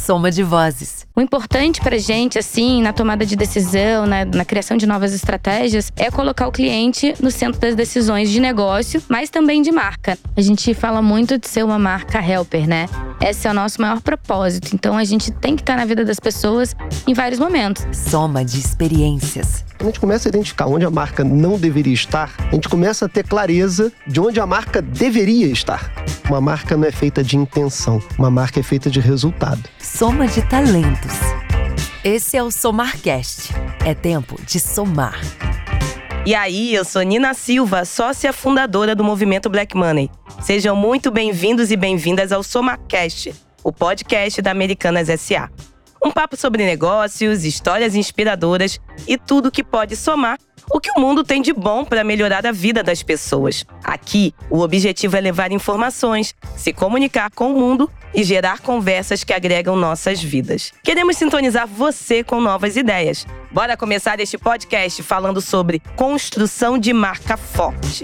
soma de vozes. O importante pra gente, assim, na tomada de decisão, na criação de novas estratégias, é colocar o cliente no centro das decisões de negócio, mas também de marca. A gente fala muito de ser uma marca helper, né? Esse é o nosso maior propósito. Então a gente tem que estar na vida das pessoas em vários momentos. Soma de experiências. Quando a gente começa a identificar onde a marca não deveria estar, a gente começa a ter clareza de onde a marca deveria estar. Uma marca não é feita de intenção, uma marca é feita de resultado. Soma de talentos. Esse é o SomarCast. É tempo de somar. E aí, eu sou Nina Silva, sócia fundadora do movimento Black Money. Sejam muito bem-vindos e bem-vindas ao SomarCast, o podcast da Americanas S.A. Um papo sobre negócios, histórias inspiradoras e tudo que pode somar o que o mundo tem de bom para melhorar a vida das pessoas. Aqui, o objetivo é levar informações, se comunicar com o mundo e gerar conversas que agregam nossas vidas. Queremos sintonizar você com novas ideias. Bora começar este podcast falando sobre construção de marca forte.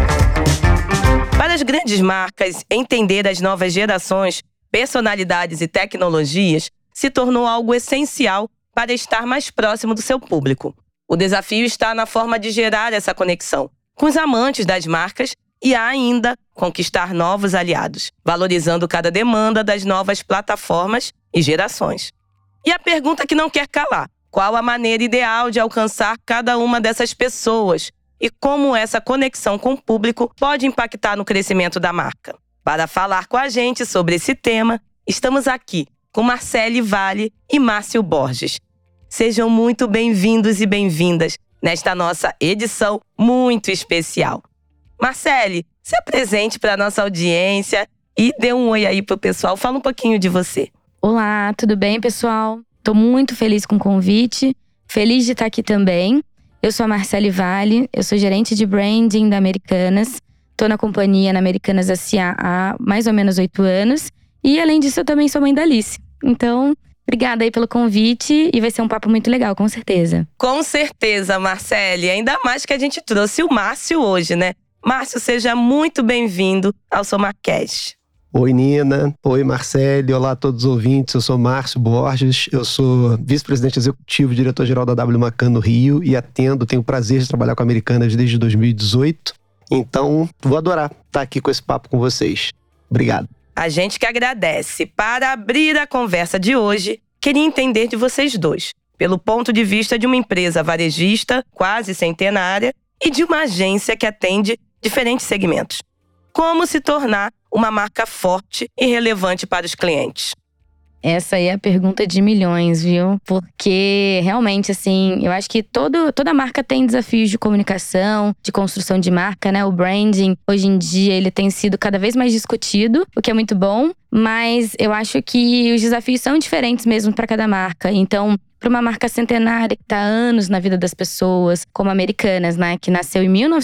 Para as grandes marcas, entender as novas gerações, personalidades e tecnologias se tornou algo essencial para estar mais próximo do seu público. O desafio está na forma de gerar essa conexão com os amantes das marcas e ainda conquistar novos aliados, valorizando cada demanda das novas plataformas e gerações. E a pergunta que não quer calar: qual a maneira ideal de alcançar cada uma dessas pessoas e como essa conexão com o público pode impactar no crescimento da marca? Para falar com a gente sobre esse tema, estamos aqui com Marcele Valle e Márcio Borges. Sejam muito bem-vindos e bem-vindas nesta nossa edição muito especial. Marcele, se apresente para a nossa audiência e dê um oi aí pro pessoal. Fala um pouquinho de você. Olá, tudo bem, pessoal? Tô muito feliz com o convite, feliz de estar aqui também. Eu sou a Marcele Valle, eu sou gerente de branding da Americanas. Tô na companhia na Americanas S.A. há mais ou menos 8 anos. E além disso, eu também sou mãe da Alice. Então, obrigada aí pelo convite e vai ser um papo muito legal, com certeza. Com certeza, Marcele. Ainda mais que a gente trouxe o Márcio hoje, né? Márcio, seja muito bem-vindo ao SomarCast. Oi, Nina. Oi, Marcele. Olá a todos os ouvintes. Eu sou Márcio Borges. Eu sou vice-presidente executivo e diretor-geral da W Macan no Rio e tenho o prazer de trabalhar com Americanas desde 2018. Então, vou adorar estar aqui com esse papo com vocês. Obrigado. A gente que agradece. Para abrir a conversa de hoje, queria entender de vocês dois, pelo ponto de vista de uma empresa varejista, quase centenária, e de uma agência que atende diferentes segmentos. Como se tornar uma marca forte e relevante para os clientes? Essa aí é a pergunta de milhões, viu? Porque realmente, assim, eu acho que toda marca tem desafios de comunicação, de construção de marca, né? O branding, hoje em dia, ele tem sido cada vez mais discutido, o que é muito bom. Mas eu acho que os desafios são diferentes mesmo para cada marca. Então, para uma marca centenária que está há anos na vida das pessoas, como a Americanas, né? Que nasceu em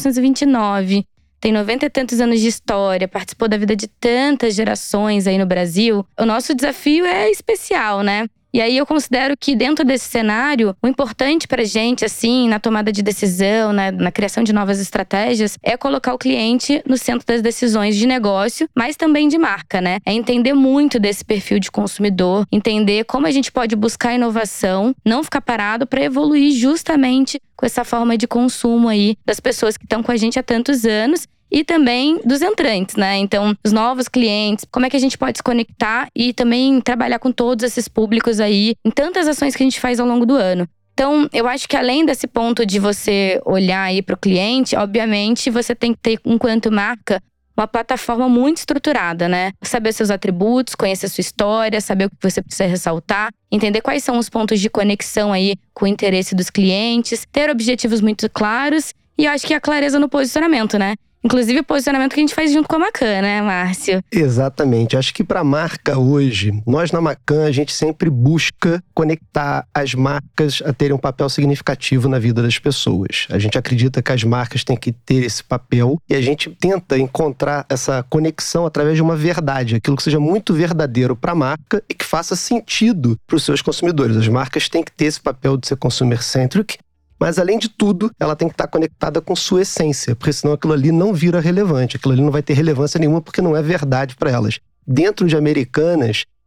1929, tem 90 e tantos anos de história, participou da vida de tantas gerações aí no Brasil. O nosso desafio é especial, né? E aí eu considero que dentro desse cenário, o importante pra gente, assim, na tomada de decisão, na criação de novas estratégias, é colocar o cliente no centro das decisões de negócio, mas também de marca, né? É entender muito desse perfil de consumidor, entender como a gente pode buscar inovação, não ficar parado para evoluir justamente com essa forma de consumo aí das pessoas que estão com a gente há tantos anos. E também dos entrantes, né? Então, os novos clientes, como é que a gente pode se conectar e também trabalhar com todos esses públicos aí em tantas ações que a gente faz ao longo do ano. Então, eu acho que além desse ponto de você olhar aí para o cliente, obviamente, você tem que ter, enquanto marca, uma plataforma muito estruturada, né? Saber seus atributos, conhecer sua história, saber o que você precisa ressaltar, entender quais são os pontos de conexão aí com o interesse dos clientes, ter objetivos muito claros e eu acho que a clareza no posicionamento, né? Inclusive o posicionamento que a gente faz junto com a Macan, né, Márcio? Exatamente. Acho que para a marca hoje, nós na Macan, a gente sempre busca conectar as marcas a terem um papel significativo na vida das pessoas. A gente acredita que as marcas têm que ter esse papel e a gente tenta encontrar essa conexão através de uma verdade, aquilo que seja muito verdadeiro para a marca e que faça sentido para os seus consumidores. As marcas têm que ter esse papel de ser consumer-centric, mas, além de tudo, ela tem que estar conectada com sua essência, porque senão aquilo ali não vira relevante, aquilo ali não vai ter relevância nenhuma porque não é verdade para elas. Dentro de Americanas,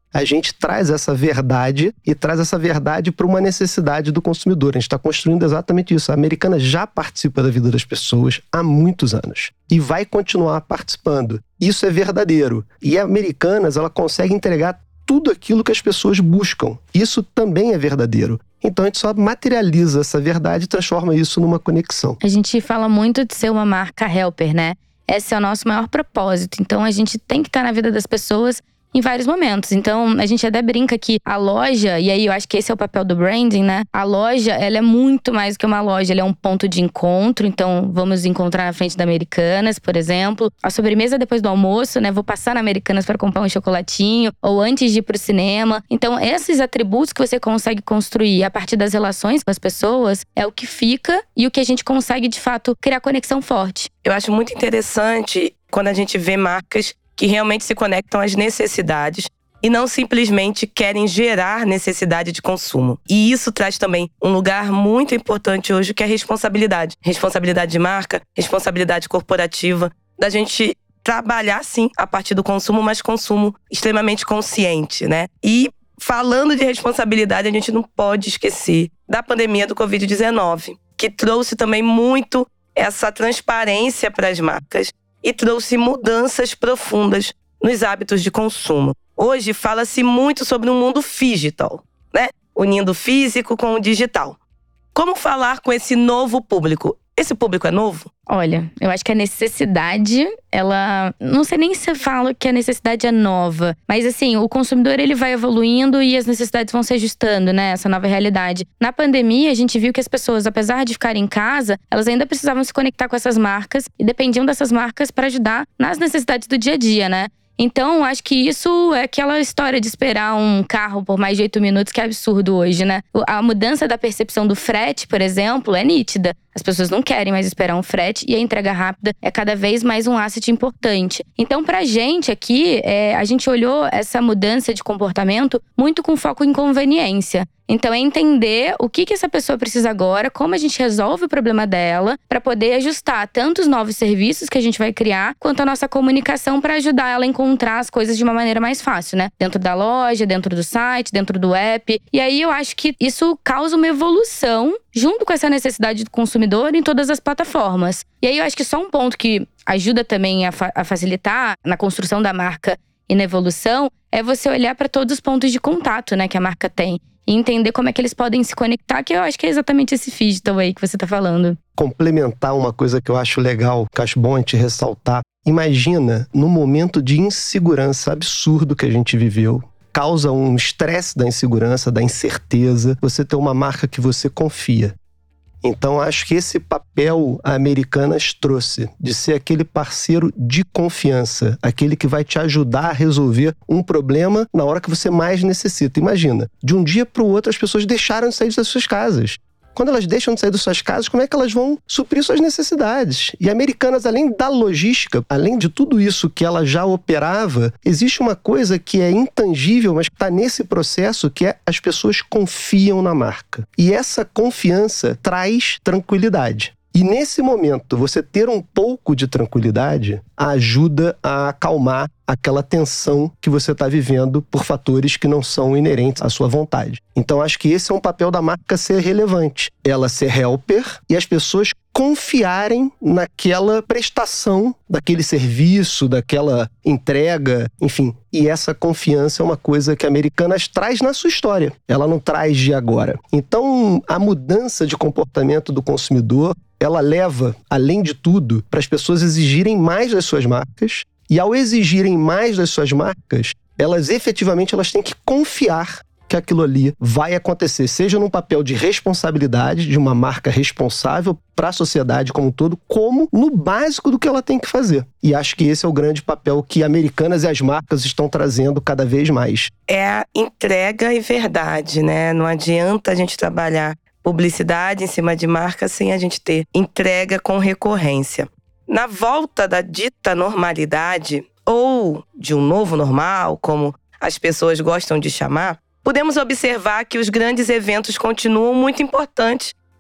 A gente traz essa verdade e traz essa verdade para uma necessidade do consumidor. A gente está construindo exatamente isso. A Americanas já participa da vida das pessoas há muitos anos e vai continuar participando. Isso é verdadeiro. E a Americanas, ela consegue entregar tudo aquilo que as pessoas buscam. Isso também é verdadeiro. Então a gente só materializa essa verdade e transforma isso numa conexão. A gente fala muito de ser uma marca helper, né? Esse é o nosso maior propósito. Então a gente tem que estar na vida das pessoas em vários momentos. Então, a gente até brinca que a loja, e aí eu acho que esse é o papel do branding, né? A loja, ela é muito mais do que uma loja, ela é um ponto de encontro. Então, vamos encontrar na frente da Americanas, por exemplo. A sobremesa depois do almoço, né? Vou passar na Americanas para comprar um chocolatinho, ou antes de ir pro cinema. Então, esses atributos que você consegue construir a partir das relações com as pessoas é o que fica e o que a gente consegue, de fato, criar conexão forte. Eu acho muito interessante quando a gente vê marcas que realmente se conectam às necessidades e não simplesmente querem gerar necessidade de consumo. E isso traz também um lugar muito importante hoje, que é a responsabilidade. Responsabilidade de marca, responsabilidade corporativa, da gente trabalhar, sim, a partir do consumo, mas consumo extremamente consciente, né? E falando de responsabilidade, a gente não pode esquecer da pandemia do Covid-19, que trouxe também muito essa transparência para as marcas e trouxe mudanças profundas nos hábitos de consumo. Hoje fala-se muito sobre um mundo phygital, né? Unindo o físico com o digital. Como falar com esse novo público? Esse público é novo? Olha, eu acho que a necessidade, ela… Não sei nem se eu falo que a necessidade é nova. Mas assim, o consumidor ele vai evoluindo e as necessidades vão se ajustando, né? Essa nova realidade. Na pandemia, a gente viu que as pessoas, apesar de ficarem em casa, elas ainda precisavam se conectar com essas marcas e dependiam dessas marcas para ajudar nas necessidades do dia a dia, né? Então, acho que isso é aquela história de esperar um carro por mais de 8 minutos, que é absurdo hoje, né? A mudança da percepção do frete, por exemplo, é nítida. As pessoas não querem mais esperar um frete e a entrega rápida é cada vez mais um asset importante. Então, pra gente aqui, a gente olhou essa mudança de comportamento muito com foco em conveniência. Então, é entender o que essa pessoa precisa agora, como a gente resolve o problema dela, para poder ajustar tanto os novos serviços que a gente vai criar, quanto a nossa comunicação para ajudar ela a encontrar as coisas de uma maneira mais fácil, né? Dentro da loja, dentro do site, dentro do app. E aí, eu acho que isso causa uma evolução junto com essa necessidade do consumidor em todas as plataformas. E aí, eu acho que só um ponto que ajuda também a facilitar na construção da marca e na evolução é você olhar para todos os pontos de contato, né, que a marca tem. E entender como é que eles podem se conectar, que eu acho que é exatamente esse phygital aí que você tá falando. Complementar uma coisa que eu acho legal, que eu acho bom a gente ressaltar. Imagina, no momento de insegurança absurdo que a gente viveu, causa um estresse da insegurança, da incerteza, você ter uma marca que você confia. Então, acho que esse papel a Americanas trouxe, de ser aquele parceiro de confiança, aquele que vai te ajudar a resolver um problema na hora que você mais necessita. Imagina, de um dia para o outro as pessoas deixaram de sair das suas casas. Quando elas deixam de sair das suas casas, como é que elas vão suprir suas necessidades? E a Americanas, além da logística, além de tudo isso que ela já operava, existe uma coisa que é intangível, mas que está nesse processo, que é as pessoas confiam na marca. E essa confiança traz tranquilidade. E nesse momento, você ter um pouco de tranquilidade ajuda a acalmar aquela tensão que você está vivendo por fatores que não são inerentes à sua vontade. Então, acho que esse é um papel da marca ser relevante. Ela ser helper e as pessoas confiarem naquela prestação, daquele serviço, daquela entrega, enfim. E essa confiança é uma coisa que a Americanas traz na sua história. Ela não traz de agora. Então, a mudança de comportamento do consumidor, ela leva, além de tudo, para as pessoas exigirem mais das suas marcas. E ao exigirem mais das suas marcas, elas efetivamente têm que confiar que aquilo ali vai acontecer, seja num papel de responsabilidade, de uma marca responsável para a sociedade como um todo, como no básico do que ela tem que fazer. E acho que esse é o grande papel que Americanas e as marcas estão trazendo cada vez mais. É a entrega e verdade, né? Não adianta a gente trabalhar publicidade em cima de marca sem a gente ter entrega com recorrência. Na volta da dita normalidade, ou de um novo normal, como as pessoas gostam de chamar, podemos observar que os grandes eventos continuam muito importantes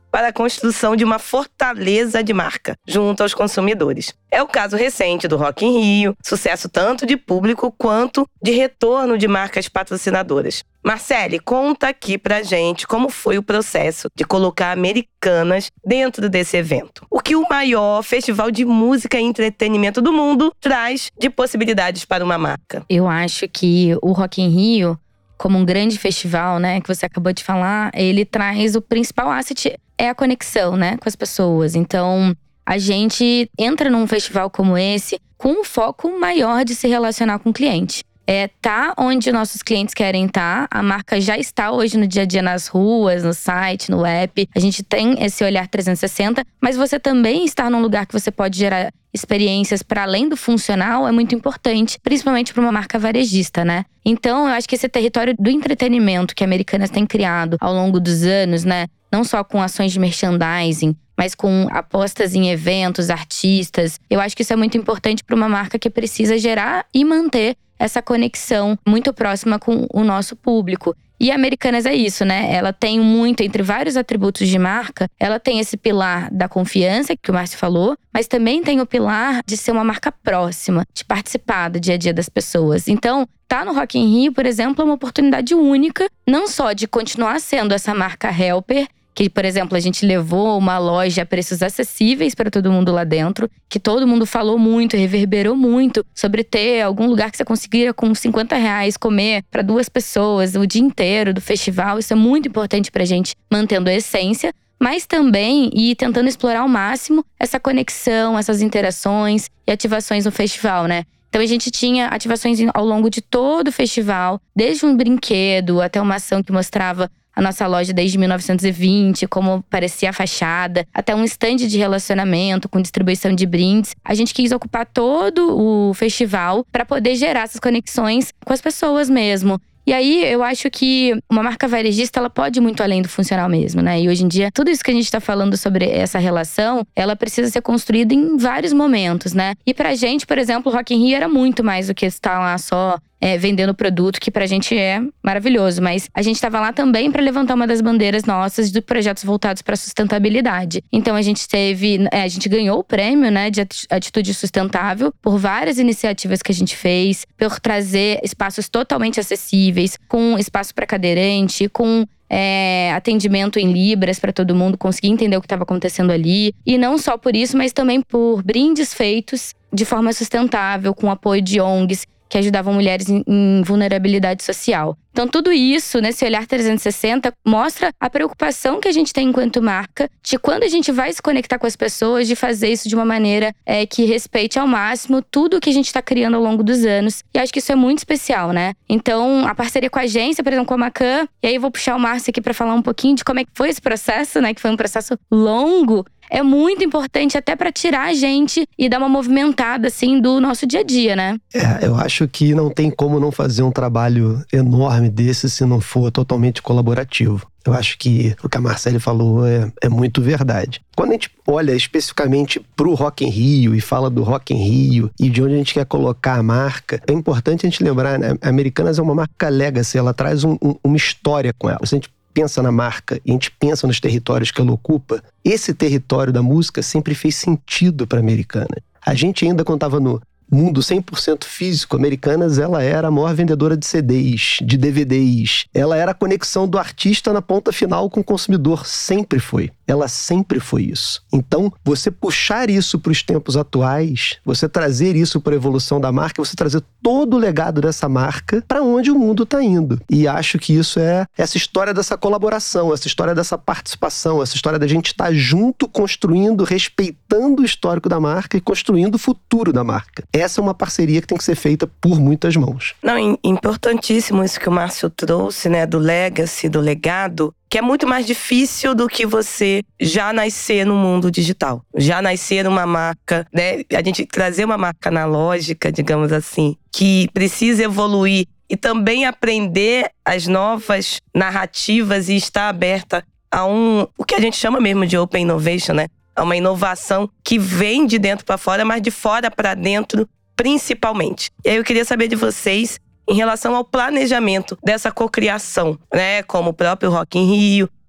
para a construção de uma fortaleza de marca junto aos consumidores. É o caso recente do Rock in Rio, sucesso tanto de público quanto de retorno de marcas patrocinadoras. Marcele, conta aqui pra gente como foi o processo de colocar Americanas dentro desse evento. O que o maior festival de música e entretenimento do mundo traz de possibilidades para uma marca? Eu acho que o Rock in Rio, como um grande festival, né, que você acabou de falar, ele traz o principal asset, é a conexão, né, com as pessoas. Então, a gente entra num festival como esse com um foco maior de se relacionar com o cliente. Tá onde nossos clientes querem estar. A marca já está hoje no dia a dia nas ruas, no site, no app. A gente tem esse olhar 360, mas você também estar num lugar que você pode gerar experiências para além do funcional é muito importante, principalmente para uma marca varejista, né? Então, eu acho que esse território do entretenimento que a Americanas tem criado ao longo dos anos, né? Não só com ações de merchandising, mas com apostas em eventos, artistas. Eu acho que isso é muito importante para uma marca que precisa gerar e manter essa conexão muito próxima com o nosso público. E a Americanas é isso, né? Ela tem muito, entre vários atributos de marca, ela tem esse pilar da confiança, que o Márcio falou, mas também tem o pilar de ser uma marca próxima, de participar do dia a dia das pessoas. Então, tá no Rock in Rio, por exemplo, é uma oportunidade única, não só de continuar sendo essa marca helper, que, por exemplo, a gente levou uma loja a preços acessíveis para todo mundo lá dentro, que todo mundo falou muito, reverberou muito sobre ter algum lugar que você conseguiria com R$50 comer para 2 pessoas o dia inteiro do festival. Isso é muito importante pra gente, mantendo a essência, mas também ir tentando explorar ao máximo essa conexão, essas interações e ativações no festival, né? Então a gente tinha ativações ao longo de todo o festival, desde um brinquedo até uma ação que mostrava a nossa loja desde 1920, como parecia a fachada, até um stand de relacionamento com distribuição de brindes. A gente quis ocupar todo o festival para poder gerar essas conexões com as pessoas mesmo. E aí, eu acho que uma marca varejista, ela pode ir muito além do funcional mesmo, né? E hoje em dia, tudo isso que a gente tá falando sobre essa relação, ela precisa ser construída em vários momentos, né? E pra gente, por exemplo, o Rock in Rio era muito mais do que estar lá só vendendo produto, que pra gente é maravilhoso. Mas a gente tava lá também pra levantar uma das bandeiras nossas de projetos voltados pra sustentabilidade. Então a gente a gente ganhou o prêmio, né, de atitude sustentável por várias iniciativas que a gente fez, por trazer espaços totalmente acessíveis, com espaço pra cadeirante, com atendimento em libras para todo mundo conseguir entender o que estava acontecendo ali. E não só por isso, mas também por brindes feitos de forma sustentável, com apoio de ONGs que ajudavam mulheres em vulnerabilidade social. Então tudo isso, nesse olhar 360, mostra a preocupação que a gente tem enquanto marca de quando a gente vai se conectar com as pessoas, de fazer isso de uma maneira que respeite ao máximo tudo o que a gente está criando ao longo dos anos. E acho que isso é muito especial, né? Então, a parceria com a agência, por exemplo, com a Macan, e aí eu vou puxar o Márcio aqui para falar um pouquinho de como é que foi esse processo, né? Que foi um processo longo. É muito importante até para tirar a gente e dar uma movimentada, assim, do nosso dia a dia, né? Eu acho que não tem como não fazer um trabalho enorme desse se não for totalmente colaborativo. Eu acho que o que a Marcele falou é muito verdade. Quando a gente olha especificamente pro Rock in Rio e fala do Rock in Rio e de onde a gente quer colocar a marca, é importante a gente lembrar, né? A Americanas é uma marca legacy, ela traz uma história com ela. Se a gente pensa na marca e a gente pensa nos territórios que ela ocupa, esse território da música sempre fez sentido para a Americanas. A gente ainda, quando estava no mundo 100% físico, Americanas, ela era a maior vendedora de CDs, de DVDs. Ela era a conexão do artista na ponta final com o consumidor. Sempre foi. Ela sempre foi isso. Então, você puxar isso para os tempos atuais, você trazer isso para a evolução da marca, você trazer todo o legado dessa marca para onde o mundo está indo. E acho que isso é essa história dessa colaboração, essa história dessa participação, essa história da gente estar junto, construindo, respeitando o histórico da marca e construindo o futuro da marca. Essa é uma parceria que tem que ser feita por muitas mãos. Não, importantíssimo isso que o Márcio trouxe, né, do legacy, do legado, que é muito mais difícil do que você já nascer no mundo digital. Já nascer numa marca, né, a gente trazer uma marca analógica, digamos assim, que precisa evoluir e também aprender as novas narrativas e estar aberta a o que a gente chama mesmo de Open Innovation, né? É uma inovação que vem de dentro para fora, mas de fora para dentro, principalmente. E aí eu queria saber de vocês em relação ao planejamento dessa cocriação, né? Como o próprio Rock in Rio,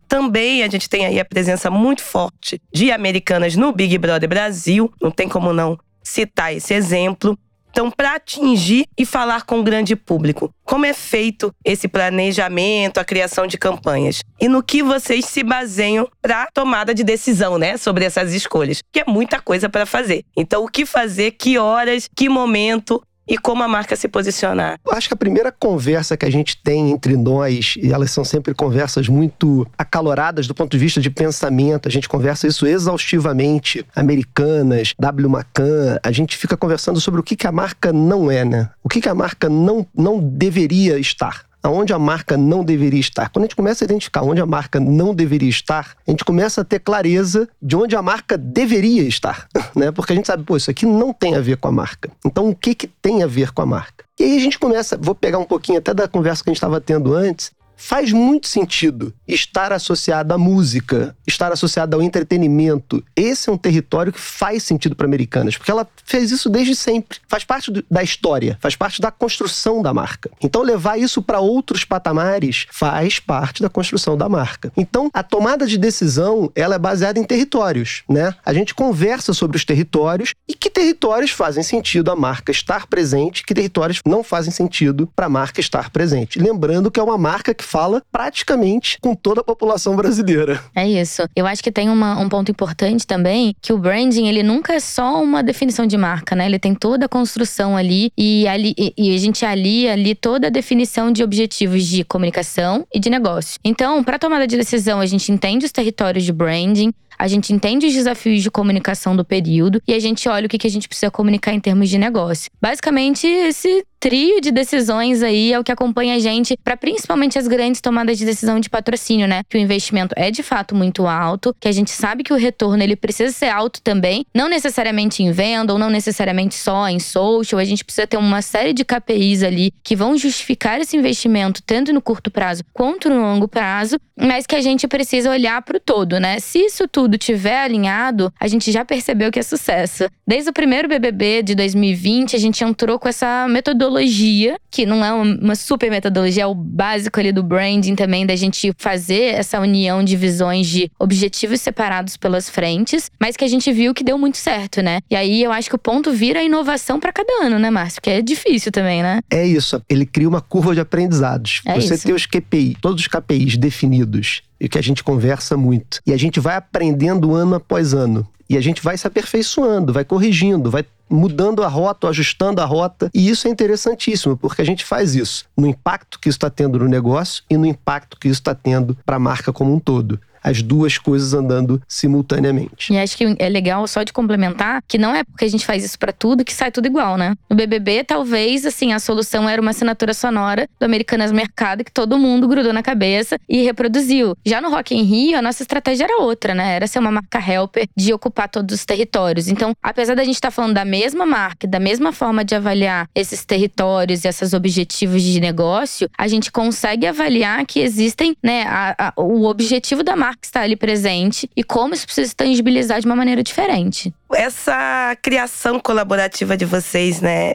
Também a gente tem aí a presença muito forte de Americanas no Big Brother Brasil. Não tem como não citar esse exemplo. Então, para atingir e falar com o grande público, como é feito esse planejamento, a criação de campanhas? E no que vocês se baseiam para tomada de decisão, né, sobre essas escolhas? Que é muita coisa para fazer. Então, o que fazer, que horas, que momento e como a marca se posicionar? Eu acho que a primeira conversa que a gente tem entre nós, e elas são sempre conversas muito acaloradas do ponto de vista de pensamento, a gente conversa isso exaustivamente, Americanas, W Macan, a gente fica conversando sobre o que a marca não é, né? O que a marca não deveria estar. Aonde a marca não deveria estar. Quando a gente começa a identificar onde a marca não deveria estar, a gente começa a ter clareza de onde a marca deveria estar, né? Porque a gente sabe, isso aqui não tem a ver com a marca. Então, o que tem a ver com a marca? E aí a gente começa, vou pegar um pouquinho até da conversa que a gente estava tendo antes, faz muito sentido estar associado à música, estar associado ao entretenimento. Esse é um território que faz sentido para Americanas, porque ela fez isso desde sempre. Faz parte da história, faz parte da construção da marca. Então, levar isso para outros patamares faz parte da construção da marca. Então, a tomada de decisão, ela é baseada em territórios, né? A gente conversa sobre os territórios e que territórios fazem sentido a marca estar presente, que territórios não fazem sentido para a marca estar presente. Lembrando que é uma marca que fala praticamente com toda a população brasileira. É isso. Eu acho que tem um ponto importante também, que o branding, ele nunca é só uma definição de marca, né? Ele tem toda a construção ali e a gente alia ali toda a definição de objetivos de comunicação e de negócio. Então, para tomada de decisão, a gente entende os territórios de branding, a gente entende os desafios de comunicação do período e a gente olha o que a gente precisa comunicar em termos de negócio. Basicamente, esse trio de decisões aí é o que acompanha a gente para principalmente as grandes tomadas de decisão de patrocínio, né? Que o investimento é de fato muito alto, que a gente sabe que o retorno ele precisa ser alto também, não necessariamente em venda ou não necessariamente só em social. A gente precisa ter uma série de KPIs ali que vão justificar esse investimento tanto no curto prazo quanto no longo prazo, mas que a gente precisa olhar para o todo, né? Se isso tudo tiver alinhado, a gente já percebeu que é sucesso. Desde o primeiro BBB de 2020, a gente entrou com essa metodologia, que não é uma super metodologia, é o básico ali do branding também, da gente fazer essa união de visões de objetivos separados pelas frentes, mas que a gente viu que deu muito certo, né? E aí eu acho que o ponto vira a inovação para cada ano, né, Márcio? Que é difícil também, né? É isso, ele cria uma curva de aprendizados. Você tem os KPI, todos os KPIs definidos, e que a gente conversa muito. E a gente vai aprendendo ano após ano. E a gente vai se aperfeiçoando, vai corrigindo, vai mudando a rota, ajustando a rota. E isso é interessantíssimo, porque a gente faz isso no impacto que isso está tendo no negócio e no impacto que isso está tendo para a marca como um todo. As duas coisas andando simultaneamente. E acho que é legal só de complementar que não é porque a gente faz isso pra tudo que sai tudo igual, né? No BBB, talvez, assim, a solução era uma assinatura sonora do Americanas Mercado que todo mundo grudou na cabeça e reproduziu. Já no Rock in Rio, a nossa estratégia era outra, né? Era ser uma marca helper de ocupar todos os territórios. Então, apesar da gente estar falando da mesma marca, da mesma forma de avaliar esses territórios e esses objetivos de negócio, a gente consegue avaliar que existem, né, o objetivo da marca que está ali presente e como isso precisa se tangibilizar de uma maneira diferente. Essa criação colaborativa de vocês, né,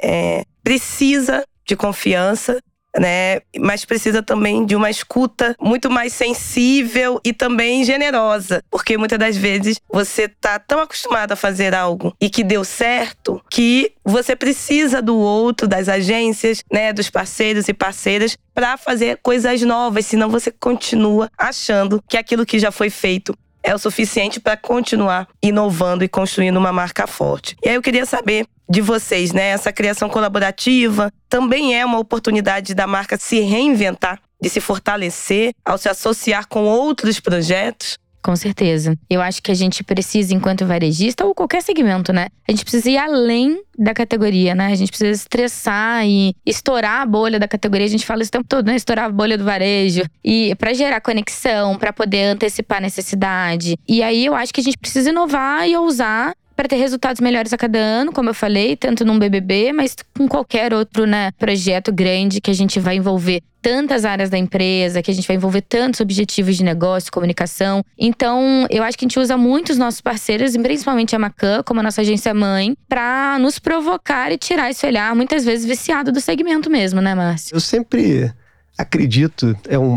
precisa de confiança, né, mas precisa também de uma escuta muito mais sensível e também generosa, porque muitas das vezes você tá tão acostumado a fazer algo e que deu certo que você precisa do outro, das agências, né, dos parceiros e parceiras para fazer coisas novas, senão você continua achando que aquilo que já foi feito é o suficiente para continuar inovando e construindo uma marca forte. E aí eu queria saber de vocês, né? Essa criação colaborativa também é uma oportunidade da marca se reinventar, de se fortalecer ao se associar com outros projetos? Com certeza. Eu acho que a gente precisa, enquanto varejista ou qualquer segmento, né? A gente precisa ir além da categoria, né? A gente precisa estressar e estourar a bolha da categoria. A gente fala isso o tempo todo, né? Estourar a bolha do varejo. E pra gerar conexão, pra poder antecipar a necessidade. E aí eu acho que a gente precisa inovar e ousar para ter resultados melhores a cada ano, como eu falei, tanto num BBB, mas com qualquer outro, né, projeto grande que a gente vai envolver tantas áreas da empresa, que a gente vai envolver tantos objetivos de negócio, comunicação. Então, eu acho que a gente usa muito os nossos parceiros, e principalmente a Macan, como a nossa agência mãe, para nos provocar e tirar esse olhar, muitas vezes viciado do segmento mesmo, né, Márcio? Eu sempre acredito, é uma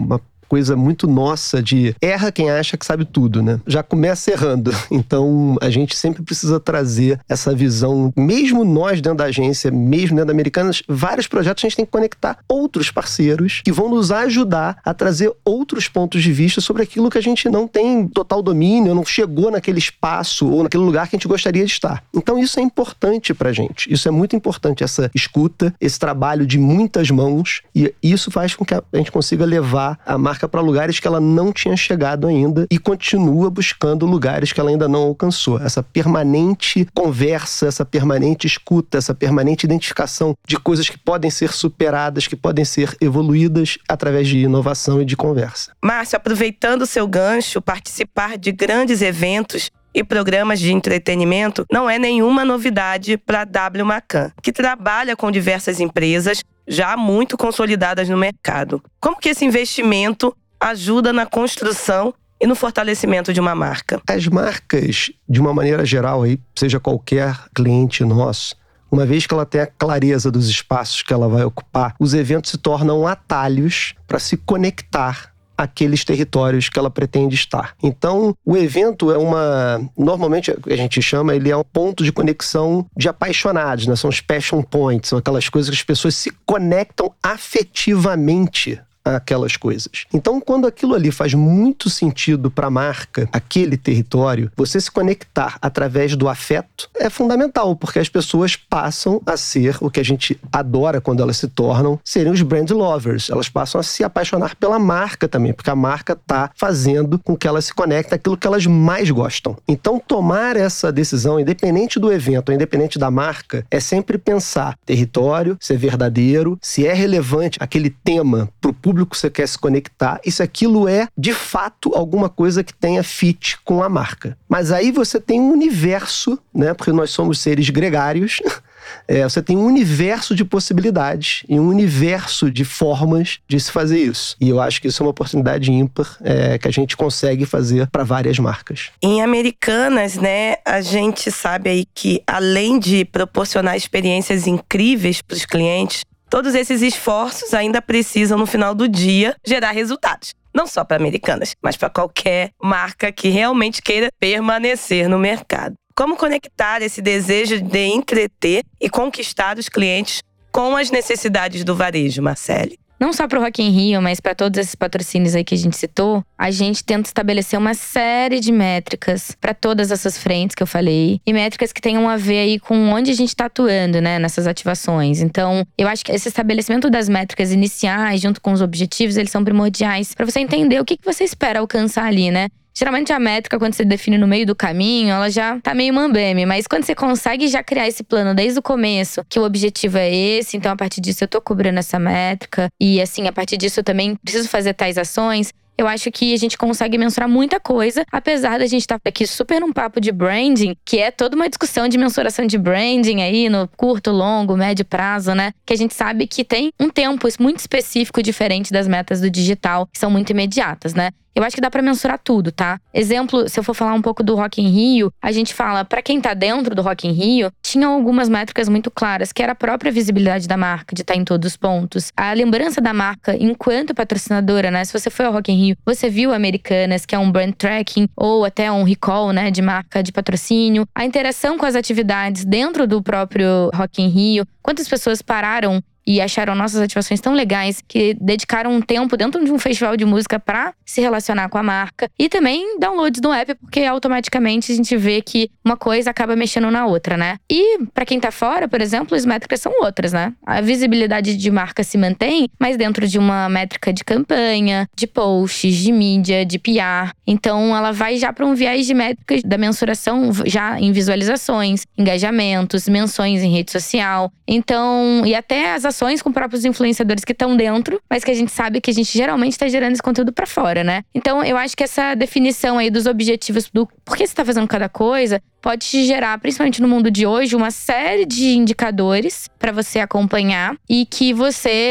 coisa muito nossa de erra quem acha que sabe tudo, né? Já começa errando. Então, a gente sempre precisa trazer essa visão, mesmo nós dentro da agência, mesmo dentro da Americanas, vários projetos a gente tem que conectar outros parceiros que vão nos ajudar a trazer outros pontos de vista sobre aquilo que a gente não tem total domínio, não chegou naquele espaço ou naquele lugar que a gente gostaria de estar. Então, isso é importante pra gente. Isso é muito importante, essa escuta, esse trabalho de muitas mãos, e isso faz com que a gente consiga levar a marca para lugares que ela não tinha chegado ainda e continua buscando lugares que ela ainda não alcançou. Essa permanente conversa, essa permanente escuta, essa permanente identificação de coisas que podem ser superadas, que podem ser evoluídas através de inovação e de conversa. Márcio, aproveitando o seu gancho, participar de grandes eventos e programas de entretenimento não é nenhuma novidade para a W Macan, que trabalha com diversas empresas já muito consolidadas no mercado. Como que esse investimento ajuda na construção e no fortalecimento de uma marca? As marcas, de uma maneira geral, aí, seja qualquer cliente nosso, uma vez que ela tem a clareza dos espaços que ela vai ocupar, os eventos se tornam atalhos para se conectar àqueles territórios que ela pretende estar. Então, o evento normalmente a gente chama, ele é um ponto de conexão de apaixonados, né? São os passion points, são aquelas coisas que as pessoas se conectam afetivamente aquelas coisas. Então, quando aquilo ali faz muito sentido para a marca, aquele território, você se conectar através do afeto é fundamental, porque as pessoas passam a ser o que a gente adora quando elas se tornam, serem os brand lovers. Elas passam a se apaixonar pela marca também, porque a marca está fazendo com que elas se conectem àquilo que elas mais gostam. Então, tomar essa decisão, independente do evento, independente da marca, é sempre pensar território, se é verdadeiro, se é relevante aquele tema para o público que você quer se conectar, e se aquilo é, de fato, alguma coisa que tenha fit com a marca. Mas aí você tem um universo, né? Porque nós somos seres gregários. Você tem um universo de possibilidades e um universo de formas de se fazer isso. E eu acho que isso é uma oportunidade ímpar que a gente consegue fazer para várias marcas. Em Americanas, né, a gente sabe aí que, além de proporcionar experiências incríveis para os clientes, todos esses esforços ainda precisam, no final do dia, gerar resultados. Não só para Americanas, mas para qualquer marca que realmente queira permanecer no mercado. Como conectar esse desejo de entreter e conquistar os clientes com as necessidades do varejo, Marcele? Não só para o Rock in Rio, mas para todos esses patrocínios aí que a gente citou, a gente tenta estabelecer uma série de métricas para todas essas frentes que eu falei. E métricas que tenham a ver aí com onde a gente está atuando, né, nessas ativações. Então, eu acho que esse estabelecimento das métricas iniciais, junto com os objetivos, eles são primordiais para você entender o que você espera alcançar ali, né? Geralmente a métrica, quando você define no meio do caminho, ela já tá meio mambeme. Mas quando você consegue já criar esse plano desde o começo, que o objetivo é esse, então a partir disso eu tô cobrando essa métrica. E assim, a partir disso eu também preciso fazer tais ações. Eu acho que a gente consegue mensurar muita coisa, apesar da gente estar aqui super num papo de branding, que é toda uma discussão de mensuração de branding aí no curto, longo, médio prazo, né? Que a gente sabe que tem um tempo muito específico diferente das metas do digital, que são muito imediatas, né? Eu acho que dá pra mensurar tudo, tá? Exemplo, se eu for falar um pouco do Rock in Rio, a gente fala, pra quem tá dentro do Rock in Rio, tinham algumas métricas muito claras, que era a própria visibilidade da marca, de estar em todos os pontos. A lembrança da marca enquanto patrocinadora, né? Se você foi ao Rock in Rio, você viu Americanas, que é um brand tracking, ou até um recall, né? De marca de patrocínio. A interação com as atividades dentro do próprio Rock in Rio. Quantas pessoas pararam e acharam nossas ativações tão legais que dedicaram um tempo dentro de um festival de música pra se relacionar com a marca. E também downloads no app, porque automaticamente a gente vê que uma coisa acaba mexendo na outra, né? E pra quem tá fora, por exemplo, as métricas são outras, né? A visibilidade de marca se mantém, mas dentro de uma métrica de campanha, de posts, de mídia, de PR. Então ela vai já pra um viés de métricas da mensuração já em visualizações, engajamentos, menções em rede social. Então, e até as ações com próprios influenciadores que estão dentro, mas que a gente sabe que a gente geralmente está gerando esse conteúdo para fora, né? Então, eu acho que essa definição aí dos objetivos do porquê você está fazendo cada coisa pode te gerar, principalmente no mundo de hoje, uma série de indicadores para você acompanhar e que você,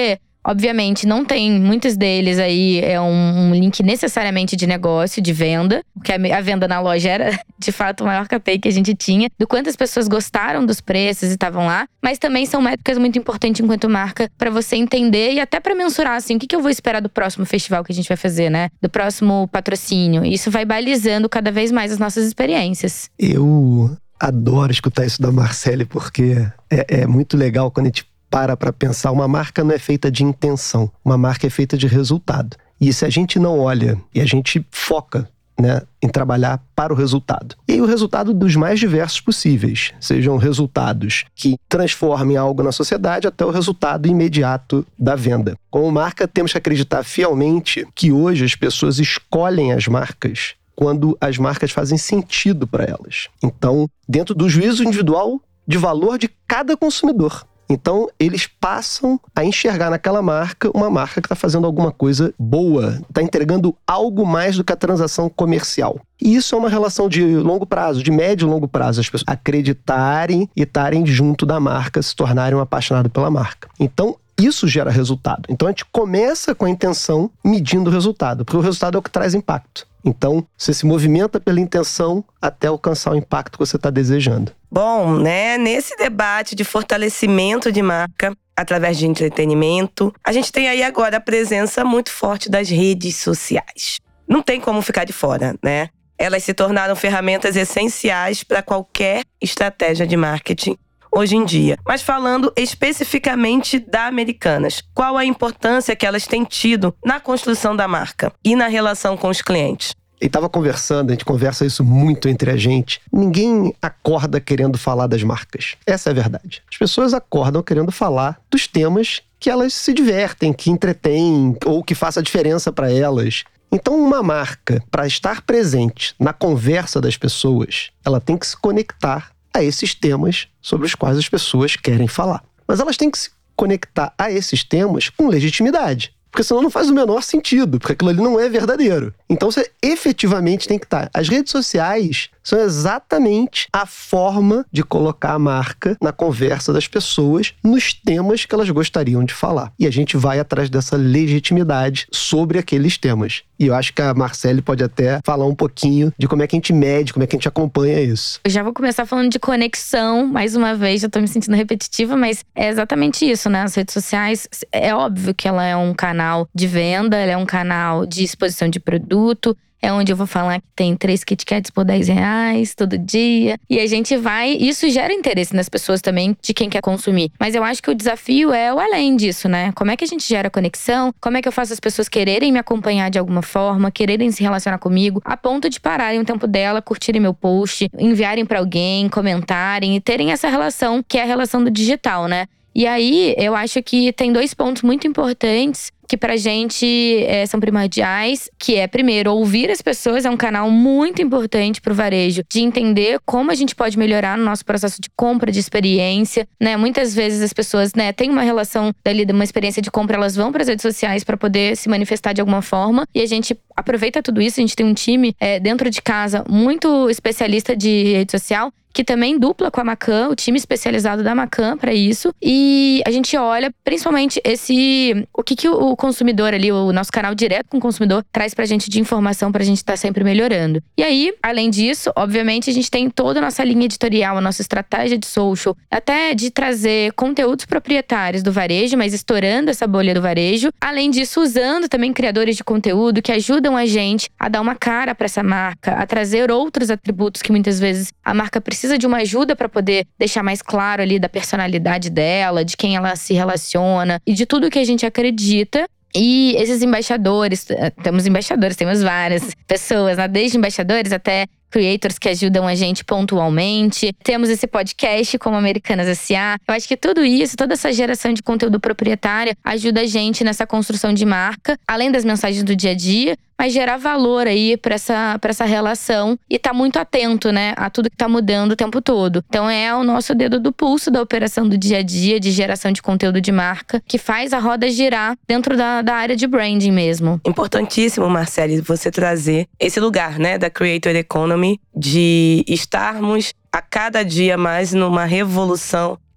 Obviamente, não tem, muitos deles aí é um link necessariamente de negócio, de venda. Porque a venda na loja era, de fato, o maior KPI que a gente tinha. Do quanto as pessoas gostaram dos preços e estavam lá. Mas também são métricas muito importantes enquanto marca para você entender e até para mensurar, assim, o que eu vou esperar do próximo festival que a gente vai fazer, né? Do próximo patrocínio. Isso vai balizando cada vez mais as nossas experiências. Eu adoro escutar isso da Marcele, porque é muito legal quando a gente para pensar. Uma marca não é feita de intenção, uma marca é feita de resultado. E se a gente não olha e a gente foca, né, em trabalhar para o resultado. E aí o resultado dos mais diversos possíveis. Sejam resultados que transformem algo na sociedade até o resultado imediato da venda. Como marca, temos que acreditar fielmente que hoje as pessoas escolhem as marcas quando as marcas fazem sentido para elas. Então, dentro do juízo individual de valor de cada consumidor. Então, eles passam a enxergar naquela marca uma marca que está fazendo alguma coisa boa, está entregando algo mais do que a transação comercial. E isso é uma relação de longo prazo, de médio e longo prazo. As pessoas acreditarem e estarem junto da marca, se tornarem apaixonados pela marca. Então, isso gera resultado. Então, a gente começa com a intenção medindo o resultado, porque o resultado é o que traz impacto. Então, você se movimenta pela intenção até alcançar o impacto que você está desejando. Bom, né? Nesse debate de fortalecimento de marca através de entretenimento, a gente tem aí agora a presença muito forte das redes sociais. Não tem como ficar de fora, né? Elas se tornaram ferramentas essenciais para qualquer estratégia de marketing hoje em dia. Mas falando especificamente da Americanas, qual a importância que elas têm tido na construção da marca e na relação com os clientes? E tava conversando, a gente conversa isso muito entre a gente. Ninguém acorda querendo falar das marcas. Essa é a verdade. As pessoas acordam querendo falar dos temas que elas se divertem, que entretêm ou que faça diferença para elas. Então, uma marca, para estar presente na conversa das pessoas, ela tem que se conectar a esses temas sobre os quais as pessoas querem falar. Mas elas têm que se conectar a esses temas com legitimidade. Porque senão não faz o menor sentido, porque aquilo ali não é verdadeiro. Então você efetivamente tem que estar. As redes sociais são exatamente a forma de colocar a marca na conversa das pessoas nos temas que elas gostariam de falar. E a gente vai atrás dessa legitimidade sobre aqueles temas. E eu acho que a Marcele pode até falar um pouquinho de como é que a gente mede, como é que a gente acompanha isso. Eu já vou começar falando de conexão, mais uma vez, já tô me sentindo repetitiva, mas é exatamente isso, né? As redes sociais, é óbvio que ela é um canal de venda, ela é um canal de exposição de produto. É onde eu vou falar que tem 3 Kit Kats por R$10 todo dia. E a gente vai… Isso gera interesse nas pessoas também, de quem quer consumir. Mas eu acho que o desafio é o além disso, né? Como é que a gente gera conexão? Como é que eu faço as pessoas quererem me acompanhar de alguma forma? Quererem se relacionar comigo? A ponto de pararem o tempo dela, curtirem meu post, enviarem pra alguém, comentarem e terem essa relação, que é a relação do digital, né? E aí, eu acho que tem 2 pontos muito importantes que pra gente são primordiais, que é, primeiro, ouvir as pessoas. É um canal muito importante pro varejo, de entender como a gente pode melhorar no nosso processo de compra, de experiência, né? Muitas vezes as pessoas, né, têm uma relação dali, de uma experiência de compra, elas vão pras redes sociais pra poder se manifestar de alguma forma. E a gente aproveita tudo isso, a gente tem um time dentro de casa muito especialista de rede social, que também dupla com a Macan, o time especializado da Macan para isso. E a gente olha principalmente o que o consumidor ali, o nosso canal direto com o consumidor, traz pra gente de informação pra gente estar sempre melhorando. E aí, além disso, obviamente, a gente tem toda a nossa linha editorial, a nossa estratégia de social, até de trazer conteúdos proprietários do varejo, mas estourando essa bolha do varejo. Além disso, usando também criadores de conteúdo que ajudam a gente a dar uma cara pra essa marca, a trazer outros atributos que muitas vezes a marca precisa de uma ajuda pra poder deixar mais claro ali da personalidade dela, de quem ela se relaciona e de tudo que a gente acredita. E esses embaixadores, temos várias pessoas, né? Desde embaixadores até creators que ajudam a gente pontualmente. Temos esse podcast como Americanas S.A. Eu acho que tudo isso, toda essa geração de conteúdo proprietário ajuda a gente nessa construção de marca, além das mensagens do dia a dia, mas gerar valor aí pra essa relação e tá muito atento, né, a tudo que tá mudando o tempo todo. Então é o nosso dedo do pulso da operação do dia a dia, de geração de conteúdo de marca, que faz a roda girar dentro da área de branding mesmo. Importantíssimo, Marcele, você trazer esse lugar, né, da Creator Economy, de estarmos a cada dia mais numa revolução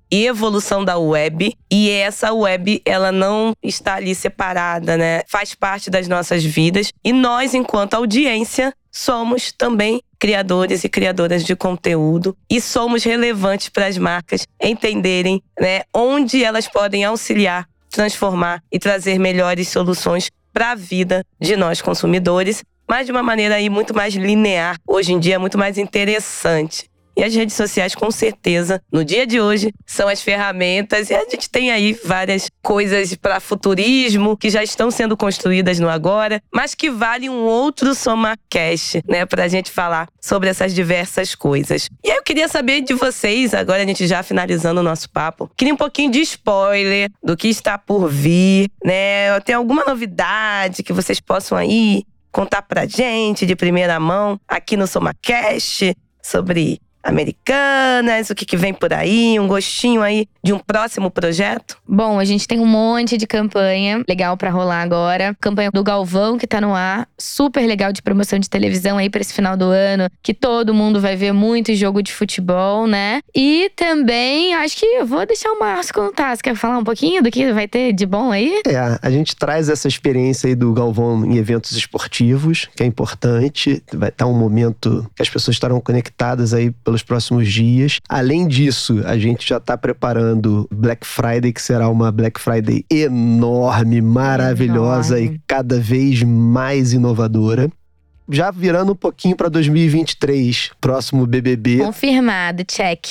e evolução da web. E essa web, ela não está ali separada, né? Faz parte das nossas vidas. E nós, enquanto audiência, somos também criadores e criadoras de conteúdo. E somos relevantes para as marcas entenderem, né, onde elas podem auxiliar, transformar e trazer melhores soluções para a vida de nós consumidores, mas de uma maneira aí muito mais linear, hoje em dia muito mais interessante. E as redes sociais, com certeza, no dia de hoje, são as ferramentas. E a gente tem aí várias coisas para futurismo que já estão sendo construídas no agora, mas que vale um outro SomaCast, né, pra gente falar sobre essas diversas coisas. E aí eu queria saber de vocês, agora a gente já finalizando o nosso papo, queria um pouquinho de spoiler do que está por vir, né? Tem alguma novidade que vocês possam aí contar pra gente de primeira mão aqui no SomaCast sobre Americanas, o que vem por aí, um gostinho aí de um próximo projeto? Bom, a gente tem um monte de campanha legal pra rolar agora. Campanha do Galvão, que tá no ar. Super legal de promoção de televisão aí pra esse final do ano. Que todo mundo vai ver muito jogo de futebol, né? E também, acho que eu vou deixar o Márcio contar. Você quer falar um pouquinho do que vai ter de bom aí? A gente traz essa experiência aí do Galvão em eventos esportivos, que é importante. Vai estar um momento que as pessoas estarão conectadas aí pelos próximos dias. Além disso, a gente já está preparando Black Friday, que será uma Black Friday enorme, maravilhosa e cada vez mais inovadora. Já virando um pouquinho para 2023, próximo BBB. Confirmado, check.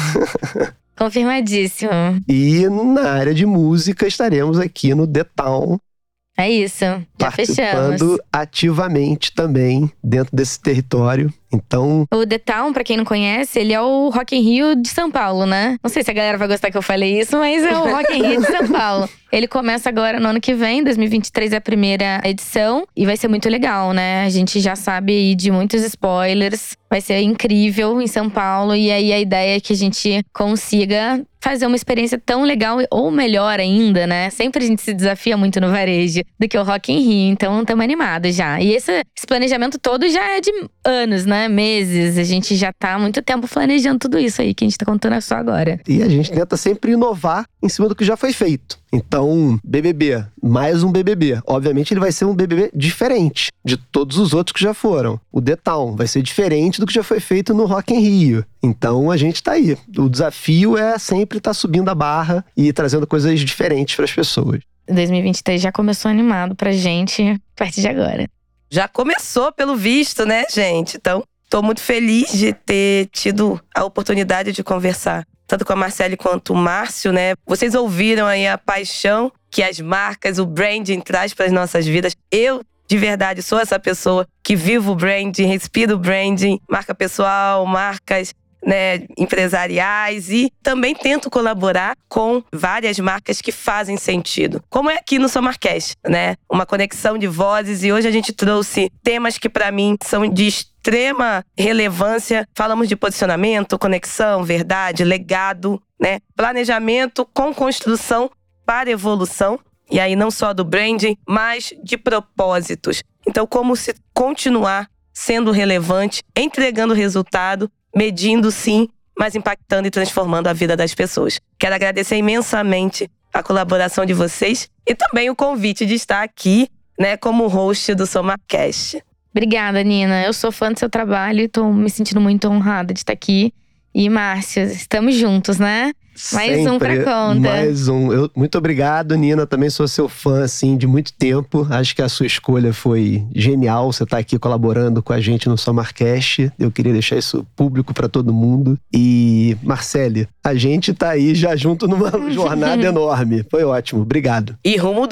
Confirmadíssimo. E na área de música estaremos aqui no The Town. É isso, já participando fechamos. ativamente também dentro desse território. Então, o The Town, pra quem não conhece, ele é o Rock in Rio de São Paulo, né? Não sei se a galera vai gostar que eu falei isso, mas é o Rock in Rio de São Paulo. Ele começa agora no ano que vem, 2023 é a primeira edição. E vai ser muito legal, né? A gente já sabe aí de muitos spoilers. Vai ser incrível em São Paulo. E aí a ideia é que a gente consiga fazer uma experiência tão legal ou melhor ainda, né? Sempre a gente se desafia muito no varejo do que o Rock in Rio. Então estamos animados já. E esse planejamento todo já é de anos, né? Meses. A gente já tá há muito tempo planejando tudo isso aí que a gente tá contando só agora. E a gente tenta sempre inovar em cima do que já foi feito. Então, BBB, mais um BBB. Obviamente ele vai ser um BBB diferente de todos os outros que já foram. O The Town vai ser diferente do que já foi feito no Rock in Rio. Então a gente tá aí. O desafio é sempre estar subindo a barra e trazendo coisas diferentes para as pessoas. 2023 já começou animado pra gente a partir de agora. Já começou, pelo visto, né, gente? Então, tô muito feliz de ter tido a oportunidade de conversar tanto com a Marcele quanto o Márcio, né? Vocês ouviram aí a paixão que as marcas, o branding traz para as nossas vidas. Eu, de verdade, sou essa pessoa que vivo o branding, respiro o branding, marca pessoal, marcas, né, empresariais, e também tento colaborar com várias marcas que fazem sentido. Como é aqui no SomaCast, né? Uma conexão de vozes, e hoje a gente trouxe temas que para mim são de extrema relevância. Falamos de posicionamento, conexão, verdade, legado, né? Planejamento com construção para evolução. E aí não só do branding, mas de propósitos. Então, como se continuar sendo relevante, entregando resultado, medindo sim, mas impactando e transformando a vida das pessoas. Quero agradecer imensamente a colaboração de vocês e também o convite de estar aqui, né, como host do SomaCast. Obrigada, Nina. Eu sou fã do seu trabalho e tô me sentindo muito honrada de estar aqui. E, Márcio, estamos juntos, né? Mais um pra conta. Mais um. Muito obrigado, Nina. Também sou seu fã, assim, de muito tempo. Acho que a sua escolha foi genial. Você tá aqui colaborando com a gente no SomaCast. Eu queria deixar isso público pra todo mundo. E, Marcele, a gente tá aí já junto numa jornada enorme. Foi ótimo. Obrigado. E rumo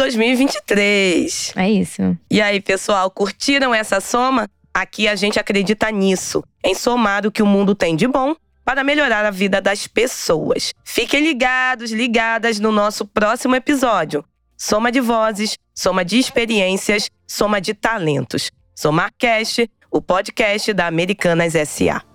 2023. É isso. E aí, pessoal, curtiram essa soma? Aqui a gente acredita nisso. Em somar o que o mundo tem de bom para melhorar a vida das pessoas. Fiquem ligados, ligadas no nosso próximo episódio. Soma de vozes, soma de experiências, soma de talentos. SomaCast, o podcast da Americanas S.A.